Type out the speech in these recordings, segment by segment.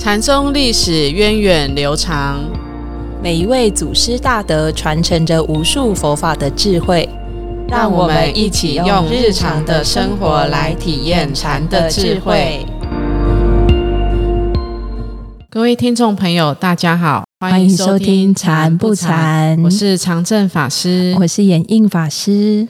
禅宗历史源远流长， 每一位祖师大德传承着无数佛法的智慧， 让我们一起用日常的生活来体验禅的智慧。各位听众朋友大家好， 欢迎收听禅不禅， 我是常正法师， 我是演印法师。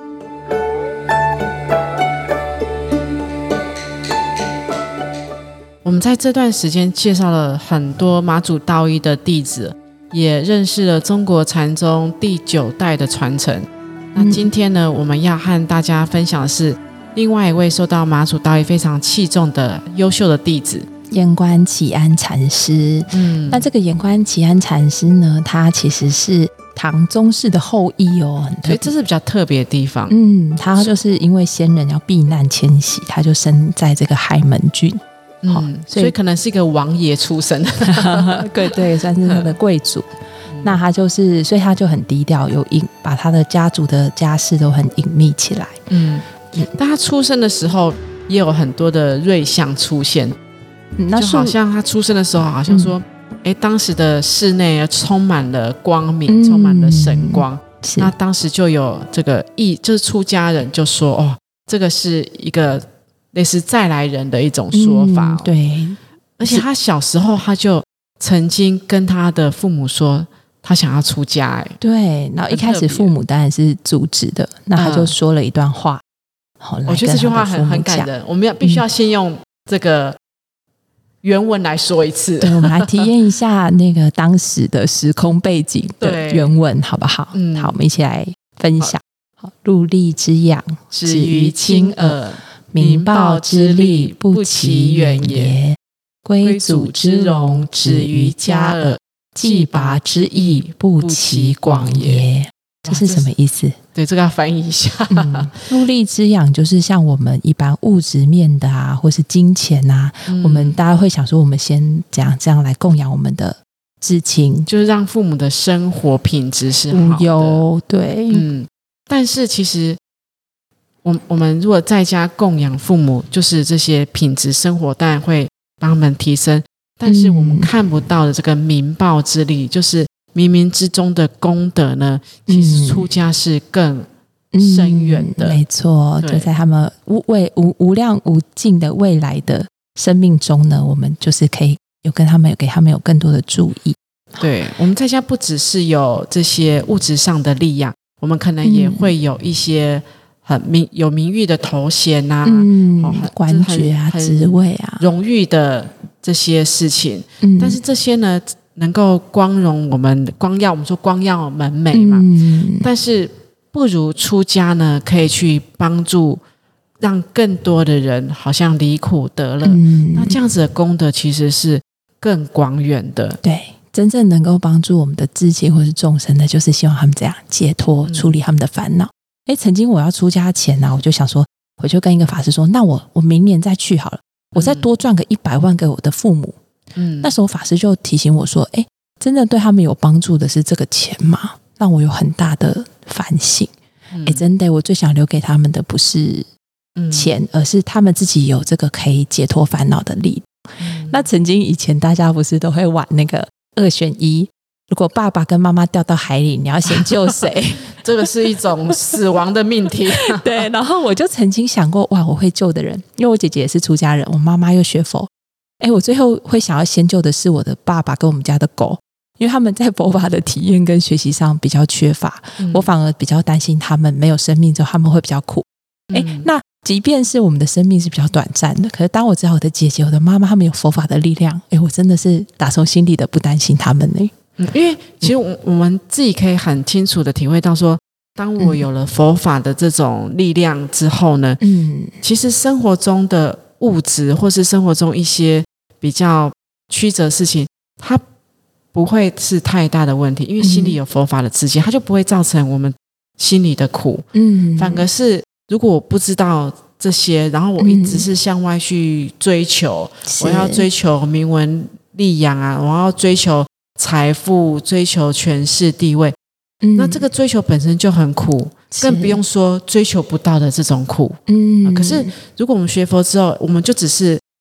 我们在这段时间介绍了很多马祖道一的弟子，也认识了中国禅宗第9代的传承。那今天呢，我们要和大家分享的是另外一位受到马祖道一非常器重的优秀的弟子， 延观启安禅师。那这个延观启安禅师呢，他其实是唐宗室的后裔哦， 所以这是比较特别的地方。 他就是因为先人要避难迁徙，他就生在这个海门郡。 所以可能是一个王爷出身对，算是他的贵族。那他就是，所以他就很低调，把他的家族的家事都很隐秘起来。 但他出生的时候也有很多的瑞相出现，就好像他出生的时候好像说当时的室内充满了光明，充满了神光。那当时就有这个就是出家人就说这个是一个类似再来人的一种说法。 对， 而且他小时候他就曾经跟他的父母说他想要出家。 对，然后一开始父母当然是阻止的，那他就说了一段话。 我觉得这句话很感人，我们必须要先用这个原文来说一次。 对，我们来体验一下那个当时的时空背景的原文好不好？好，我们一起来分享。入力之养， 止于亲耳， 明报之利，不其远也；归祖之容，止于家耳，既拔之意，不其广也。这是什么意思？ 对，这个要翻译一下。 入力之养就是像我们一般物质面的或是金钱我们大家会想说，我们先这样来供养我们的至亲， 就是让父母的生活品质是好的， 无忧。对， 但是其实我们如果在家供养父母，就是这些品质生活当然会帮他们提升，但是我们看不到的这个明报之力，就是冥冥之中的功德呢，其实出家是更深远的。 没错，就在他们无量无尽的未来的生命中呢，我们就是可以给他们有更多的注意。 对，我们在家不只是有这些物质上的力量，我们可能也会有一些有名誉的头衔官爵职位荣誉的这些事情。但是这些呢，能够光荣我们说光耀门楣嘛，但是不如出家呢，可以去帮助让更多的人好像离苦得乐。那这样子的功德其实是更广远的。 对，真正能够帮助我们的至亲或是众生的，就是希望他们这样解脱，处理他们的烦恼。曾经我要出家前我就想说，我就跟一个法师说，那我明年再去好了，我再多赚个100万给我的父母。那时候法师就提醒我说，真的对他们有帮助的是这个钱吗？让我有很大的反省。真的我最想留给他们的不是钱，而是他们自己有这个可以解脱烦恼的力。那曾经以前大家不是都会玩那个2选1，如果爸爸跟妈妈掉到海里，你要先救谁？ 这个是一种死亡的命题。 对，然后我就曾经想过，哇，我会救的人，因为我姐姐也是出家人，我妈妈又学佛，我最后会想要先救的是我的爸爸跟我们家的狗，因为他们在佛法的体验跟学习上比较缺乏，我反而比较担心他们没有生命之后他们会比较苦。那即便是我们的生命是比较短暂的，可是当我知道我的姐姐我的妈妈他们有佛法的力量，我真的是打从心里的不担心他们呢。 因为其实我们自己可以很清楚的体会到说，当我有了佛法的这种力量之后呢，其实生活中的物质或是生活中一些比较曲折的事情，它不会是太大的问题，因为心里有佛法的知见，它就不会造成我们心里的苦。反而是如果我不知道这些，然后我一直是向外去追求，我要追求名闻利养我要追求财富，追求权势地位，那这个追求本身就很苦，更不用说追求不到的这种苦。可是如果我们学佛之后，我们就只是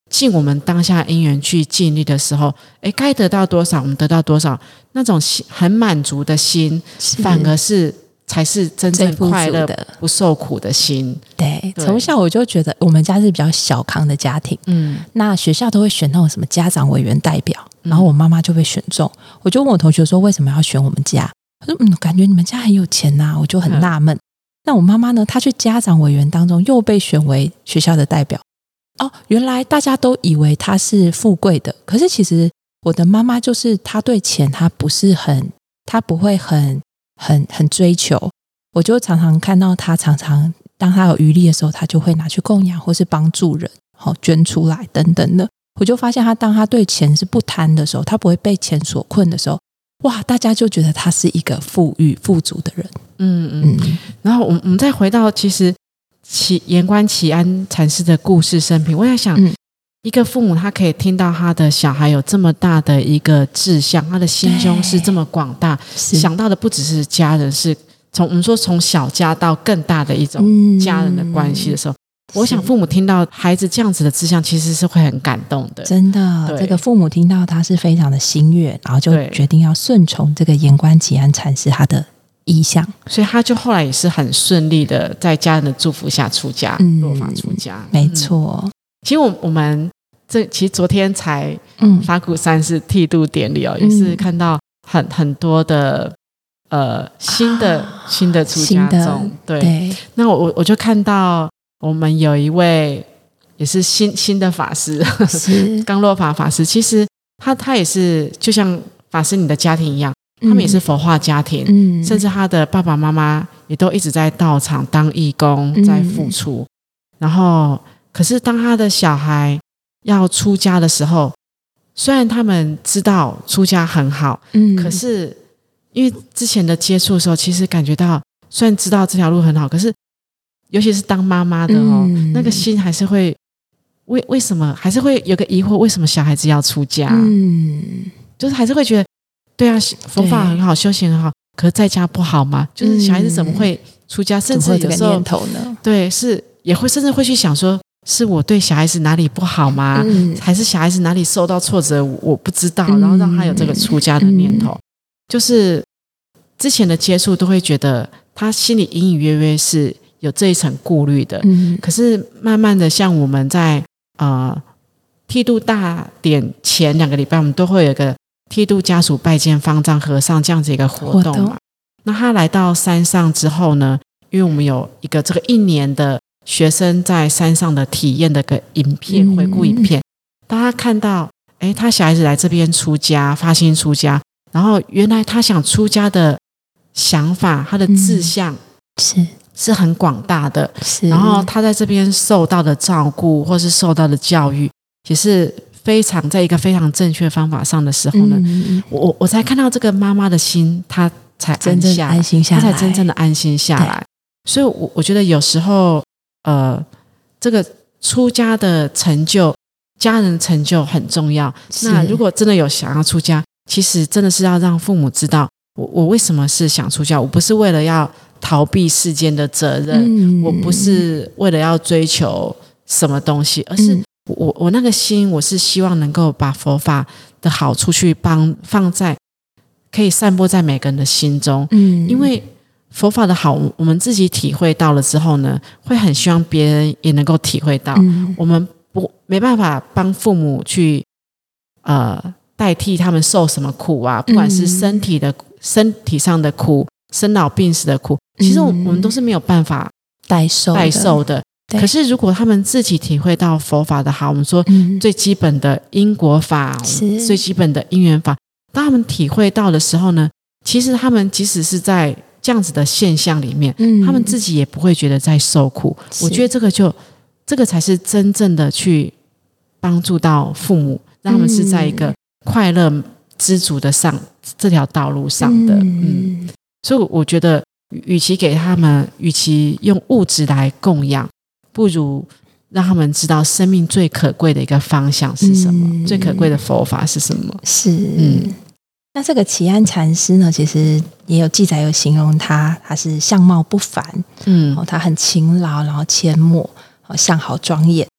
尽我们当下因缘去尽力的时候，该得到多少我们得到多少，那种很满足的心，反而才是真正快乐的不受苦的心。 对，从小我就觉得我们家是比较小康的家庭，那学校都会选那种什么家长委员代表，然后我妈妈就被选中，我就问我同学说为什么要选我们家，他说感觉你们家很有钱啊，我就很纳闷。那我妈妈呢，她去家长委员当中又被选为学校的代表。原来大家都以为她是富贵的，可是其实我的妈妈就是她对钱她不会很追求。我就常常看到她常常当她有余力的时候，她就会拿去供养或是帮助人，捐出来等等的。我就发现她当她对钱是不贪的时候，她不会被钱所困的时候，哇，大家就觉得她是一个富裕富足的人。 然后我们再回到其实延观齐安禅师的故事生平，我在想，一个父母他可以听到他的小孩有这么大的一个志向，他的心胸是这么广大，想到的不只是家人，是我们说从小家到更大的一种家人的关系的时候，我想父母听到孩子这样子的志向其实是会很感动的。 真的，这个父母听到他是非常的心悦，然后就决定要顺从这个延观齐安禅师他的意向， 所以他就后来也是很顺利的在家人的祝福下出家，落法出家。 没错。 其实我们其实昨天才法鼓山是剃度典礼也是看到很多的新的出家众。对，那我就看到我们有一位也是新的法师，刚落法法师，其实他也是就像法师你的家庭一样。他们也是佛化家庭，甚至他的爸爸妈妈也都一直在道场当义工，在付出。然后，可是当他的小孩要出家的时候，虽然他们知道出家很好，可是因为之前的接触的时候，其实感觉到虽然知道这条路很好，可是尤其是当妈妈的那个心还是会为什么还是会有个疑惑，为什么小孩子要出家？就是还是会觉得。对啊，佛法很好，修行很好，可是在家不好吗？就是小孩子怎么会出家？甚至有时候念头呢？ 对，也会甚至会去想说，是我对小孩子哪里不好吗？还是小孩子哪里受到挫折，我不知道，然后让他有这个出家的念头。就是之前的接触都会觉得他心里隐隐约约是有这一层顾虑的，可是慢慢的，像我们在剃度大典前2个礼拜，我们都会有一个。剃度家属拜见方丈和尚这样子一个活动嘛，那他来到山上之后呢，因为我们有一个这个1年的学生在山上的体验的个影片，回顾影片，当他看到他小孩子来这边出家，发心出家，然后原来他想出家的想法，他的志向是很广大的，然后他在这边受到的照顾或是受到的教育也是在一个非常正确方法上的时候呢，我才看到这个妈妈的心，她才安下来，她才真正的安心下来。所以我觉得有时候这个出家的成就，家人的成就很重要。那如果真的有想要出家，其实真的是要让父母知道我为什么是想出家，我不是为了要逃避世间的责任，我不是为了要追求什么东西，而是我那个心，我是希望能够把佛法的好处去放在可以散播在每个人的心中，因为佛法的好，我们自己体会到了之后呢，会很希望别人也能够体会到。我们没办法帮父母去代替他们受什么苦啊，不管是身体上的苦，生老病死的苦，其实我们都是没有办法代受的。可是如果他们自己体会到佛法的好，我们说最基本的因果法，最基本的因缘法，当他们体会到的时候呢，其实他们即使是在这样子的现象里面，他们自己也不会觉得在受苦。我觉得这个才是真正的去帮助到父母，让他们是在一个快乐知足的这条道路上的。所以我觉得与其用物质来供养，不如让他们知道生命最可贵的一个方向是什么，最可贵的佛法是什么。 那这个齐安禅师呢，其实也有记载有形容他是相貌不凡，他很勤劳，然后阡陌，相好庄严。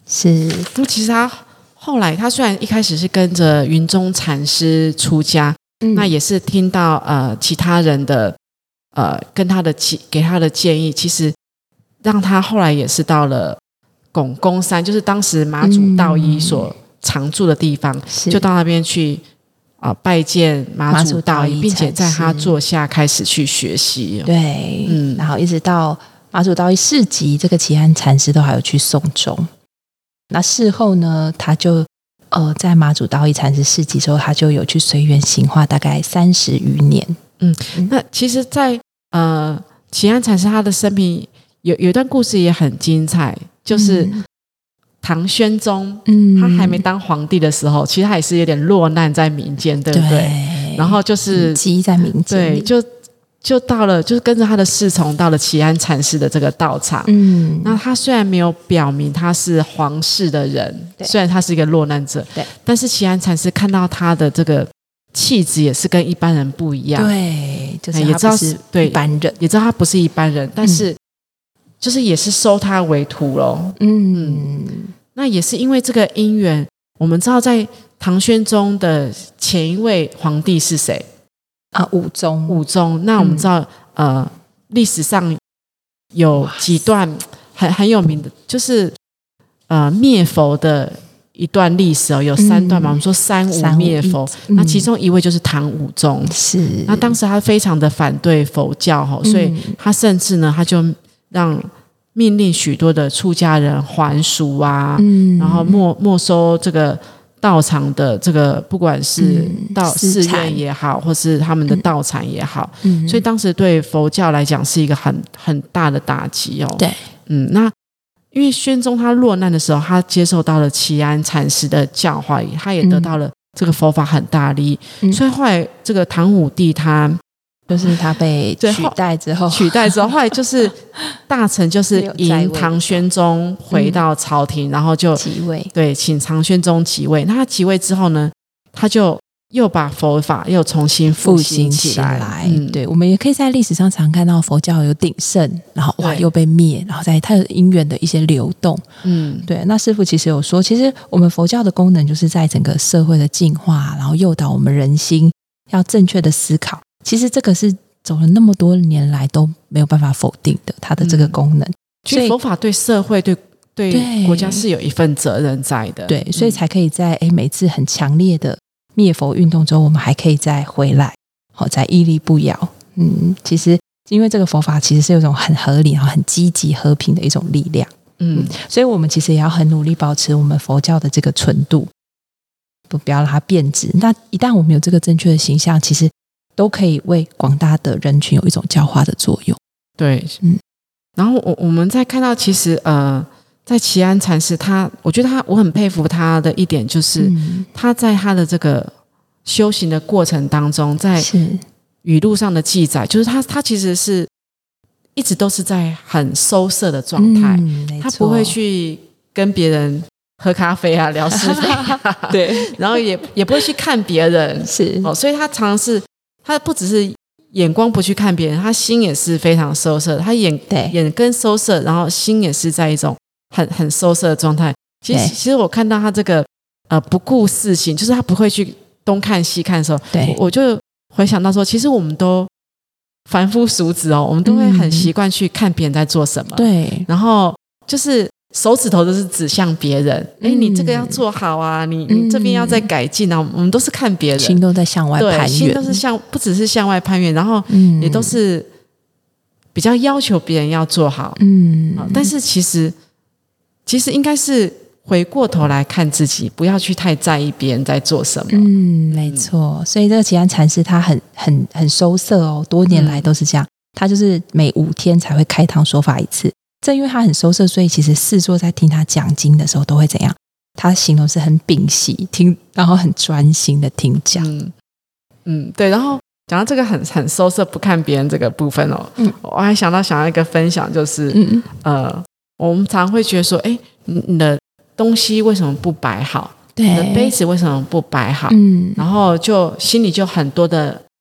是。 那其实他后来，他虽然一开始是跟着云中禅师出家，那也是听到其他人的跟他的给他的建议，其实让他后来也是到了拱宫山，就是当时马祖道一所常住的地方，就到那边去拜见马祖道一，并且在他座下开始去学习。 对，然后一直到马祖道一世袭，这个齐安禅师都还有去送终。那事后呢，他就在马祖道一禅师世袭之后，他就有去随缘行化，大概30余年。 那其实在齐安禅师他的生平有一段故事也很精彩，就是唐宣宗，他还没当皇帝的时候，其实他也是有点落难在民间，对不对？然后就是积在民间里， 对，就到了，就是跟着他的侍从到了齐安禅师的这个道场。那他虽然没有表明他是皇室的人，虽然他是一个落难者，但是齐安禅师看到他的这个气质也是跟一般人不一样， 对，就是他不是一般人， 也知道他不是一般人，但是就是也是收他为徒咯。那也是因为这个因缘，我们知道在唐宣宗的前一位皇帝是谁？ 武宗。 武宗。那我们知道，历史上有几段很有名的，就是灭佛的一段历史有3段嘛。我们说三武灭佛，那其中一位就是唐武宗。 是。 那当时他非常的反对佛教，所以他甚至呢，他就命令许多的出家人还俗啊，然后没收这个道场的这个，不管是寺院也好，或是他们的道产也好，所以当时对佛教来讲是一个很大的打击哦。 对， 那因为宣宗他落难的时候，他接受到了齐安禅师的教化，他也得到了这个佛法很大利益，所以后来这个唐武帝他就是他被取代之后， 后来就是大臣就是迎唐宣宗回到朝廷，然后就即位， 对，请唐宣宗即位。那他即位之后呢，他就又把佛法又重新复兴起来。 对，我们也可以在历史上常看到佛教有鼎盛，然后又被灭，然后在它的因缘的一些流动。对。那师父其实有说，其实我们佛教的功能就是在整个社会的进化，然后诱导我们人心要正确的思考。其实这个是走了那么多年来都没有办法否定的，它的这个功能。 所以佛法对社会对国家是有一份责任在的。 对，所以才可以在每次很强烈的灭佛运动中，我们还可以再回来，再屹立不摇。其实因为这个佛法其实是有一种很合理、很积极、和平的一种力量。所以我们其实也要很努力保持我们佛教的这个纯度，不要让它变质。那一旦我们有这个正确的形象，其实都可以为广大的人群有一种教化的作用。 对，然后我们再看到，其实在齐安禅师我觉得我很佩服他的一点，就是他在他的这个修行的过程当中，在语录上的记载，就是他其实是一直都是在很收摄的状态，他不会去跟别人喝咖啡啊，聊是非啊，对，然后也不会去看别人，所以他常常是。他不只是眼光不去看别人，他心也是非常收摄，他眼跟收摄，然后心也是在一种很收摄的状态。其实我看到他这个不顾事情，就是他不会去东看西看的时候，我就回想到说，其实我们都凡夫俗子我们都会很习惯去看别人在做什么，对，然后就是手指头都是指向别人，你这个要做好啊，你这边要再改进啊，我们都是看别人， 心都在向外攀援， 心都是不只是向外攀援，然后也都是比较要求别人要做好，但是其实应该是回过头来看自己，不要去太在意别人在做什么。 没错，所以这个齐安禅师他很收摄多年来都是这样，他就是每5天才会开堂说法一次。正因为他很收摄，所以其实四座在听他讲经的时候都会怎样？他形容是很屏息听，然后很专心的听讲。 对。然后讲到这个很收摄不看别人这个部分我还想要一个分享，就是我们常会觉得说，你的东西为什么不摆好？你的杯子为什么不摆好？然后就心里就很多的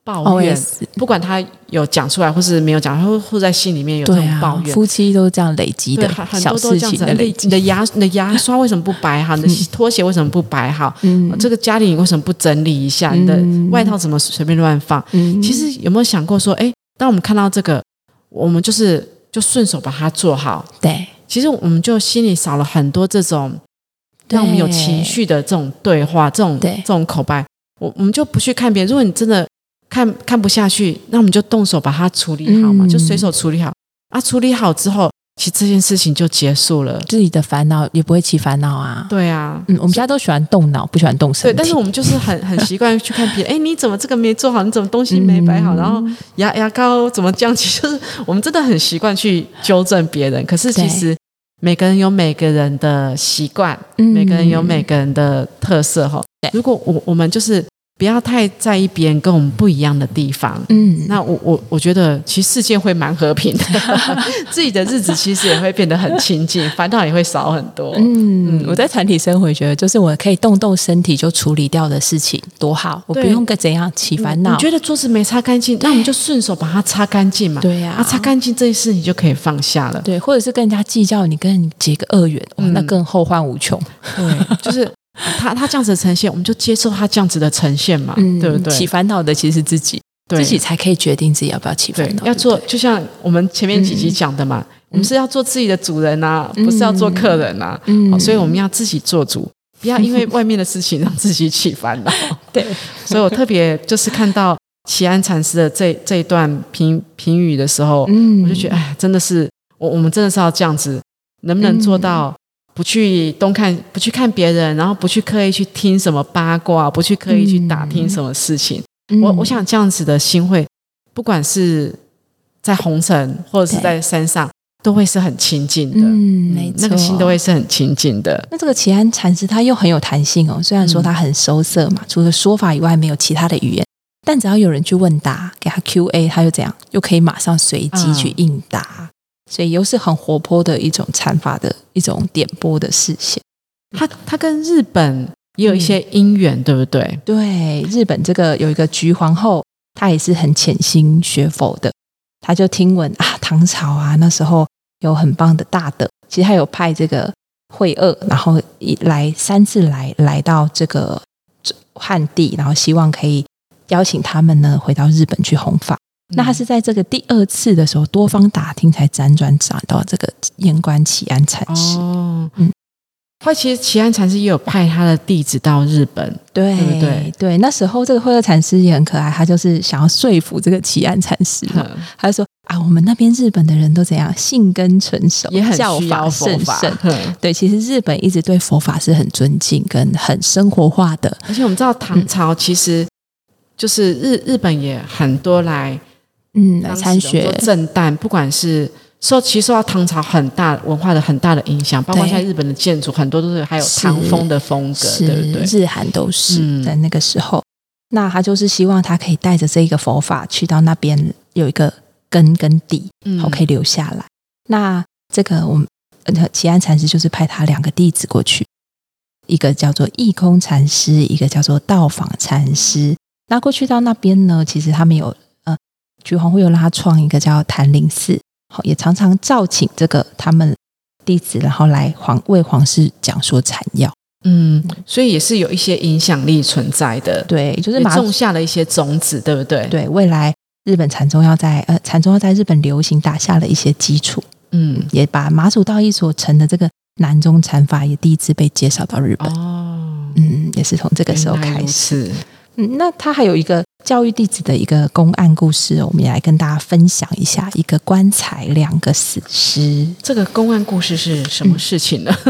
抱怨，不管他有讲出来或是没有讲，他会在心里面有这种抱怨。 夫妻都这样累积的小事情的累积。 你的牙刷为什么不摆好？你的拖鞋为什么不摆好？这个家里你为什么不整理一下？你的外套怎么随便乱放？其实有没有想过说，当我们看到这个，我们就顺手把它做好。 对， 其实我们就心里少了很多这种让我们有情绪的这种对话，这种口白，我们就不去看别人。如果你真的看不下去，那我们就动手把它处理好嘛，就随手处理好啊。处理好之后，其实这件事情就结束了， 自己的烦恼也不会起烦恼啊。 对啊， 我们现在都喜欢动脑，不喜欢动身体。 对，但是我们就是很习惯去看别人，你怎么这个没做好？你怎么东西没摆好？然后牙膏怎么降级？就是我们真的很习惯去纠正别人，可是其实每个人有每个人的习惯，每个人有每个人的特色哈。如果我们就是不要太在意别人跟我们不一样的地方，那我觉得其实世界会蛮和平的，自己的日子其实也会变得很清静，烦恼也会少很多。 我在团体生活觉得，就是我可以动身体就处理掉的事情多好，我不用怎样起烦恼。 你觉得桌子没擦干净，那我们就顺手把它擦干净嘛。 对呀， 擦干净这件事你就可以放下了。 对，或者是跟人家计较，你跟人结个恶缘，那更后患无穷。 对，就是他这样子的呈现，我们就接受他这样子的呈现嘛，对不对？ 起烦恼的其实是自己才可以决定自己要不要起烦恼。 要做，就像我们前面几集讲的嘛，我们是要做自己的主人啊，不是要做客人啊。所以我们要自己做主，不要因为外面的事情让自己起烦恼。 对， 所以我特别就是看到齐安禅师的这一段评语的时候，我就觉得，哎，真的是我们真的是要这样子，能不能做到？不去看别人，然后不去刻意去听什么八卦，不去刻意去打听什么事情。我想这样子的心会，不管是在红尘或者是在山上，都会是很亲近的。 没错， 那个心都会是很亲近的。 那这个齐安禅师他又很有弹性哦，虽然说他很收涩嘛，除了说法以外没有其他的语言，但只要有人去问答，给他 QA， 他就这样又可以马上随机去应答。所以又是很活泼的一种禅法的一种点拨的视线。 他跟日本也有一些因缘，对不对？ 对，日本这个有一个菊皇后，她也是很潜心学佛的。她就听闻唐朝那时候有很棒的大德，其实她有派这个惠鄂，然后3次来到这个汉地，然后希望可以邀请他们呢回到日本去弘法。那他是在这个第2次的时候多方打听才辗转找到这个燕关齐安禅师。 后来其实齐安禅师也有派他的弟子到日本，对不对？ 对，那时候这个惠鄂禅师也很可爱，他就是想要说服这个齐安禅师，他就说我们那边日本的人都怎样，信根成熟， 也很教法甚盛。对，其实日本一直对佛法是很尊敬跟很生活化的。 而且我们知道唐朝其实就是日本也很多来参学正旦，不管是其实受到唐朝很大文化的很大的影响，包括现在日本的建筑很多都是还有唐风的风格，对不对？ 日韩都是在那个时候。那他就是希望他可以带着这个佛法去到那边有一个根跟底，好可以留下来。那这个我们齐安禅师就是派他2个弟子过去，一个叫做义空禅师，一个叫做道坊禅师。那过去到那边呢，其实他们有菊皇会有让他创一个叫坛林寺，也常常召请这个他们弟子，然后来为皇室讲说禅要。 所以也是有一些影响力存在的。 对，就是种下了一些种子，对不对？ 对，未来日本禅宗要在日本流行打下了一些基础。也把马祖道一所成的这个南宗禅法也第一次被介绍到日本。也是从这个时候开始。那他还有一个教育弟子的一个公案故事，我们也来跟大家分享一下。一个官才2个死尸。这个公案故事是什么事情呢？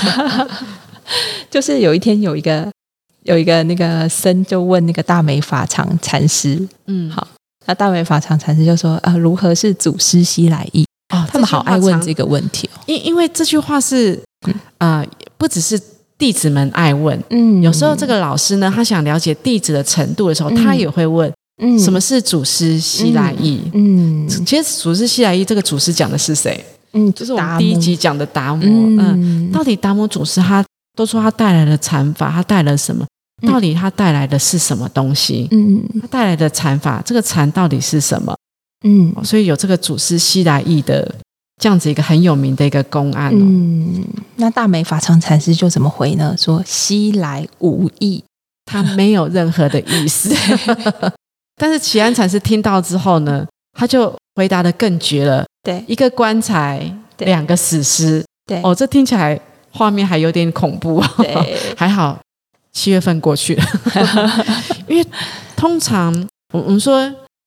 就是有一天有一个那个僧就问那个大美法常禅师，好，那大美法常禅师就说如何是祖师西来意？他们好爱问这个问题因为这句话是不只是弟子们爱问，有时候这个老师呢，他想了解弟子的程度的时候，他也会问，什么是祖师西来意？其实祖师西来意这个祖师讲的是谁？就是我们第1集讲的达摩。到底达摩祖师他都说他带来了禅法，他带来了什么？ 到底它带来的是什么东西？它带来的禅法，这个禅到底是什么？所以有这个祖师西来意的这样子一个很有名的一个公案那大美法常禅师就怎么回呢？说西来无意， 他没有任何的意思。但是齐安禅师听到之后呢，他就回答得更绝了。 对， 一个棺材，2个死尸。 对， 这听起来画面还有点恐怖。对，还好7月份过去了。因为通常我们说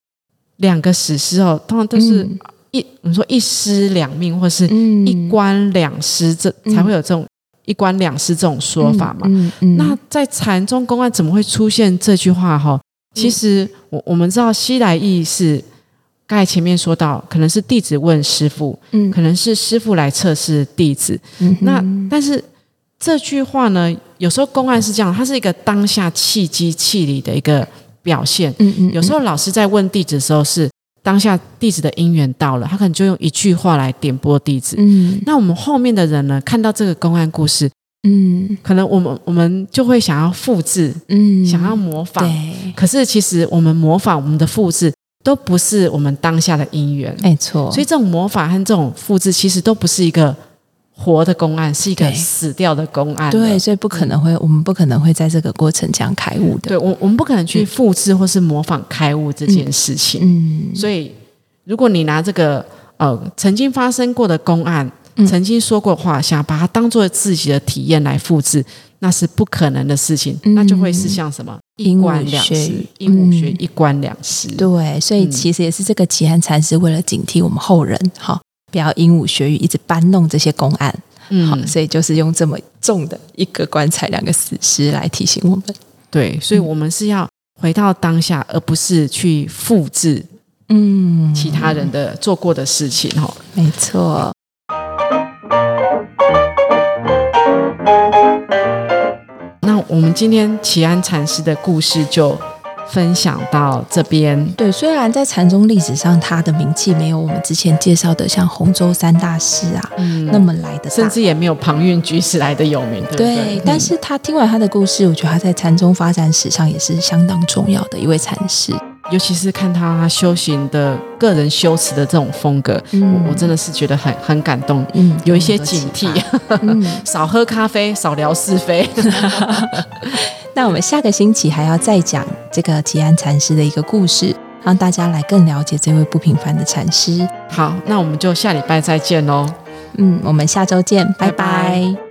2个死尸通常都是我们说一尸2命，或是一棺2尸，这才会有这种一棺2尸这种说法嘛。那在禅宗公案怎么会出现这句话？其实我们知道西来意是刚才前面说到，可能是弟子问师父，可能是师父来测试弟子。那但是这句话呢，有时候公案是这样，它是一个当下契机契理的一个表现。有时候老师在问弟子的时候，是当下弟子的因缘到了，他可能就用一句话来点拨弟子。那我们后面的人呢，看到这个公案故事，可能我们就会想要复制，想要模仿。可是其实我们模仿，我们的复制都不是我们当下的因缘。 没错。所以这种模仿和这种复制，其实都不是一个活的公案，是一个死掉的公案。 对，所以不可能会，我们不可能会在这个过程这样开悟的。 对，我们不可能去复制或是模仿开悟这件事情。所以如果你拿这个曾经发生过的公案，曾经说过话，想把它当作自己的体验来复制，那是不可能的事情。那就会是像什么一棺2尸，鹦鹉学一棺2尸。 对，所以其实也是这个齐安禅师为了警惕我们后人，不要鹦鹉学语，一直搬弄这些公案。所以就是用这么重的一个棺材2个死尸来提醒我们。 对，所以我们是要回到当下，而不是去复制其他人的做过的事情。 没错。 那我们今天齐安禅师的故事就分享到这边。 对，虽然在禅宗历史上他的名气没有我们之前介绍的像洪州3大师那么来的大， 甚至也没有庞蕴居士来的有名，对不对？ 对，但是他听完他的故事，我觉得他在禅宗发展史上也是相当重要的一位禅师。 尤其是看他修行的个人修持的这种风格，我真的是觉得很感动，有一些警惕，少喝咖啡，少聊是非。 那我们下个星期还要再讲这个齐安禅师的一个故事，让大家来更了解这位不平凡的禅师。 好，那我们就下礼拜再见咯。 我们下周见，拜拜。